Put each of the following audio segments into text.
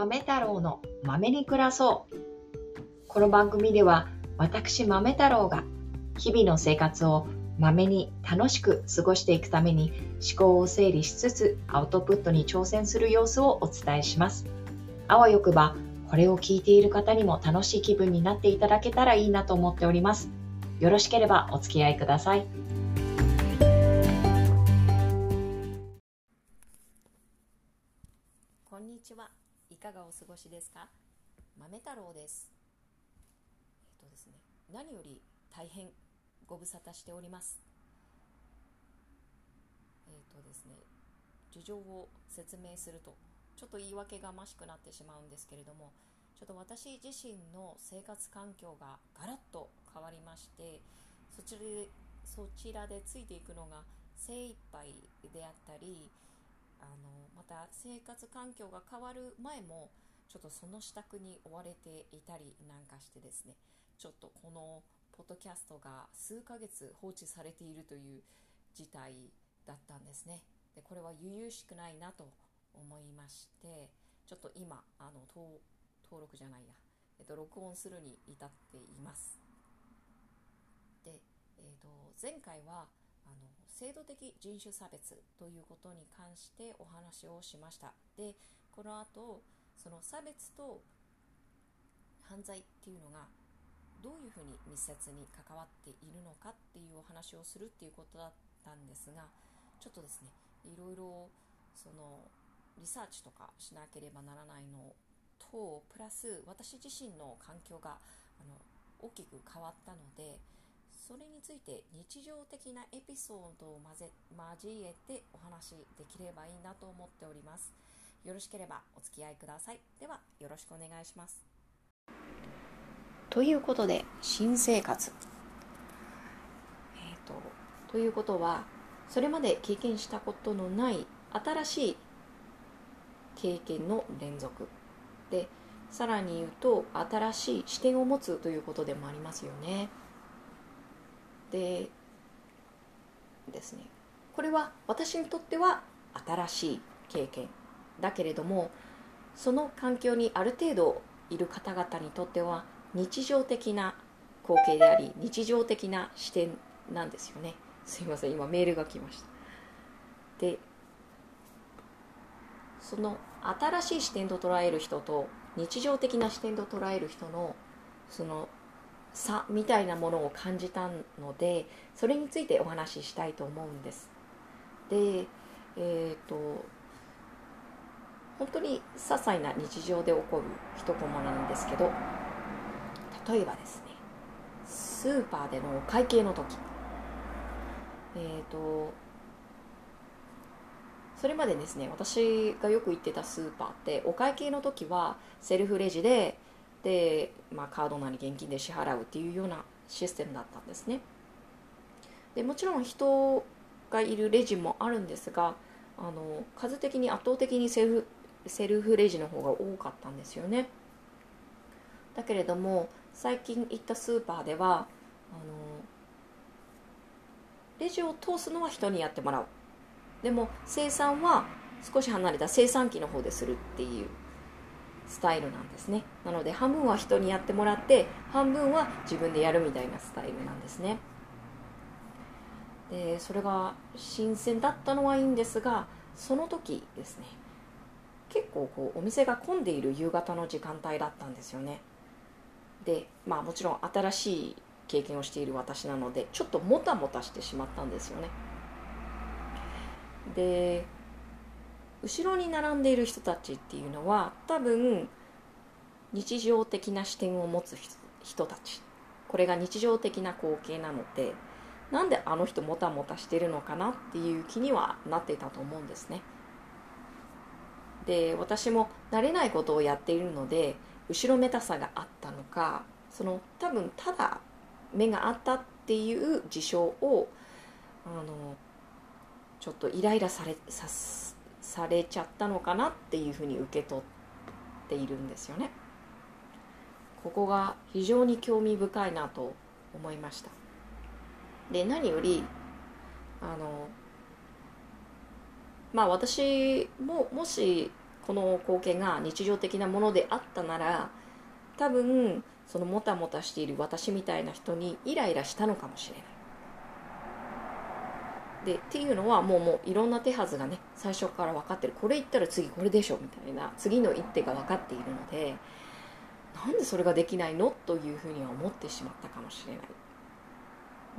豆太郎の豆に暮らそう。この番組では私豆太郎が日々の生活を豆に楽しく過ごしていくために思考を整理しつつアウトプットに挑戦する様子をお伝えします。あわよくばこれを聞いている方にも楽しい気分になっていただけたらいいなと思っております。よろしければお付き合いください。 こんにちは。いかがお過ごしですか？豆太郎です。何より大変ご無沙汰しております。事情を説明するとちょっと言い訳がましくなってしまうんですけれども、ちょっと私自身の生活環境がガラッと変わりまして、そちらでついていくのが精一杯であったり、また生活環境が変わる前もちょっとその支度に追われていたりなんかしてですね、ちょっとこのポッドキャストが数ヶ月放置されているという事態だったんですね。でこれは悠々しくないなと思いまして、ちょっと今録音するに至っています。で、前回は制度的人種差別ということに関してお話をしました。でこの後その差別と犯罪っていうのがどういうふうに密接に関わっているのかっていうお話をするっていうことだったんですが、ちょっとですね、いろいろそのリサーチとかしなければならないのとプラス私自身の環境が大きく変わったので、それについて日常的なエピソードを交えてお話できればいいなと思っております。よろしければお付き合いください。ではよろしくお願いします。ということで、新生活、ということはそれまで経験したことのない新しい経験の連続で、さらに言うと新しい視点を持つということでもありますよね。でですね、これは私にとっては新しい経験だけれども、その環境にある程度いる方々にとっては日常的な光景であり、日常的な視点なんですよね。すいません、今メールが来ました。でその新しい視点と捉える人と日常的な視点と捉える人のその差みたいなものを感じたので、それについてお話ししたいと思うんです。で本当に些細な日常で起こる一コマなんですけど、例えばですね、スーパーでのお会計の時、それまでですね、私がよく行ってたスーパーってお会計の時はセルフレジでカードなり現金で支払うっていうようなシステムだったんですね。でもちろん人がいるレジもあるんですが、数的に圧倒的にセルフレジの方が多かったんですよね。だけれども最近行ったスーパーではレジを通すのは人にやってもらう。でも生産は少し離れた生産機の方でするっていうスタイルなんですね。なので半分は人にやってもらって半分は自分でやるみたいなスタイルなんですね。でそれが新鮮だったのはいいんですが、その時ですね、結構お店が混んでいる夕方の時間帯だったんですよね。でもちろん新しい経験をしている私なのでちょっともたもたしてしまったんですよね。で後ろに並んでいる人たちっていうのは多分日常的な視点を持つ人たち、これが日常的な光景なので、なんであの人もたもたしてるのかなっていう気にはなっていたと思うんですね。で私も慣れないことをやっているので後ろめたさがあったのか、多分ただ目があったっていう事象をちょっとイライラされちゃったのかなっていうふうに受け取っているんですよね。ここが非常に興味深いなと思いました。で何より私ももしこの光景が日常的なものであったなら、多分そのもたもたしている私みたいな人にイライラしたのかもしれない。でっていうのはもういろんな手はずがね最初から分かってる。これ言ったら次これでしょみたいな次の一手が分かっているので、なんでそれができないのというふうには思ってしまったかもしれない。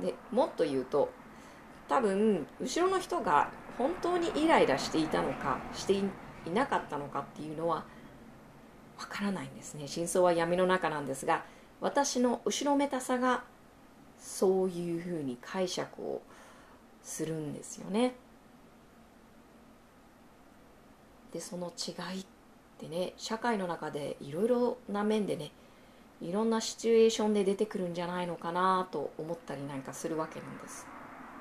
でもっと言うと、多分後ろの人が本当にイライラしていたのかしていなかったのかっていうのは分からないんですね。真相は闇の中なんですが、私の後ろめたさがそういうふうに解釈をするんですよね。でその違いってね、社会の中でいろいろな面でね、いろんなシチュエーションで出てくるんじゃないのかなと思ったりなんかするわけなんです。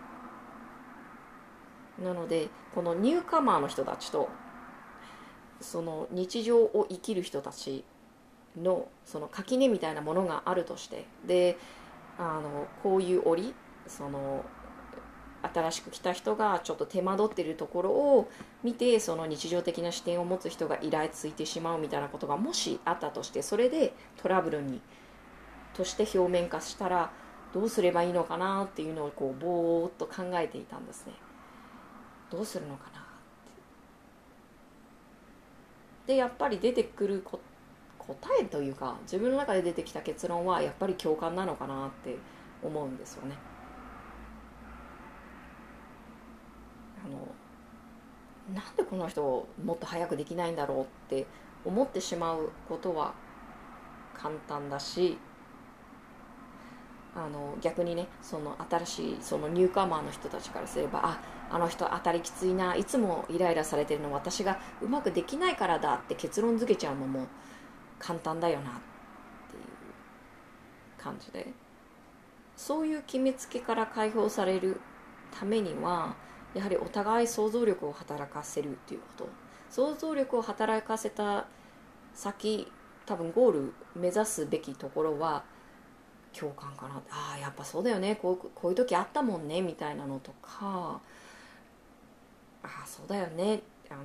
なのでこのニューカマーの人たちとその日常を生きる人たちのその垣根みたいなものがあるとして、でこういう折、その新しく来た人がちょっと手間取っているところを見て、その日常的な視点を持つ人がイラついてしまうみたいなことがもしあったとして、それでトラブルにとして表面化したらどうすればいいのかなっていうのをこうぼーっと考えていたんですね。どうするのかなって。でやっぱり出てくる答えというか、自分の中で出てきた結論はやっぱり共感なのかなって思うんですよね。なんでこの人もっと早くできないんだろうって思ってしまうことは簡単だし、逆にね、その新しいそのニューカマーの人たちからすれば、あの人当たりきついな、いつもイライラされてるの私がうまくできないからだって結論付けちゃうのも簡単だよなっていう感じで、そういう決めつけから解放されるためにはやはりお互い想像力を働かせるっていうこと。想像力を働かせた先、多分ゴール目指すべきところは共感かな。やっぱそうだよね、こういう時あったもんねみたいなのとか、そうだよね、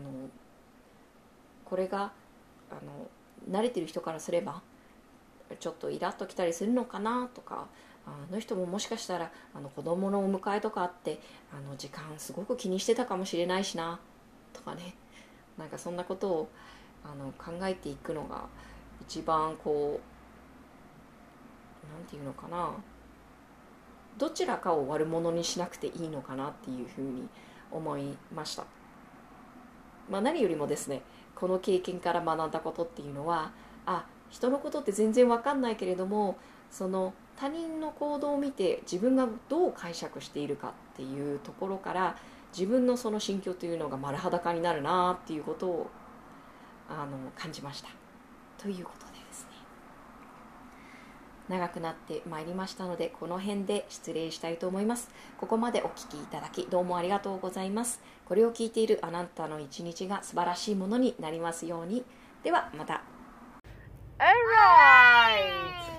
これが慣れてる人からすればちょっとイラッときたりするのかなとか、あの人ももしかしたら子供のお迎えとかあって時間すごく気にしてたかもしれないしなとかね、なんかそんなことを考えていくのが一番こうなんていうのかな、どちらかを悪者にしなくていいのかなっていうふうに思いました。何よりもですね、この経験から学んだことっていうのは、人のことって全然分かんないけれども、その他人の行動を見て自分がどう解釈しているかっていうところから自分のその心境というのが丸裸になるなっていうことを感じました。ということでですね、長くなってまいりましたのでこの辺で失礼したいと思います。ここまでお聞きいただきどうもありがとうございます。これを聞いているあなたの一日が素晴らしいものになりますように。ではまた。 Alright!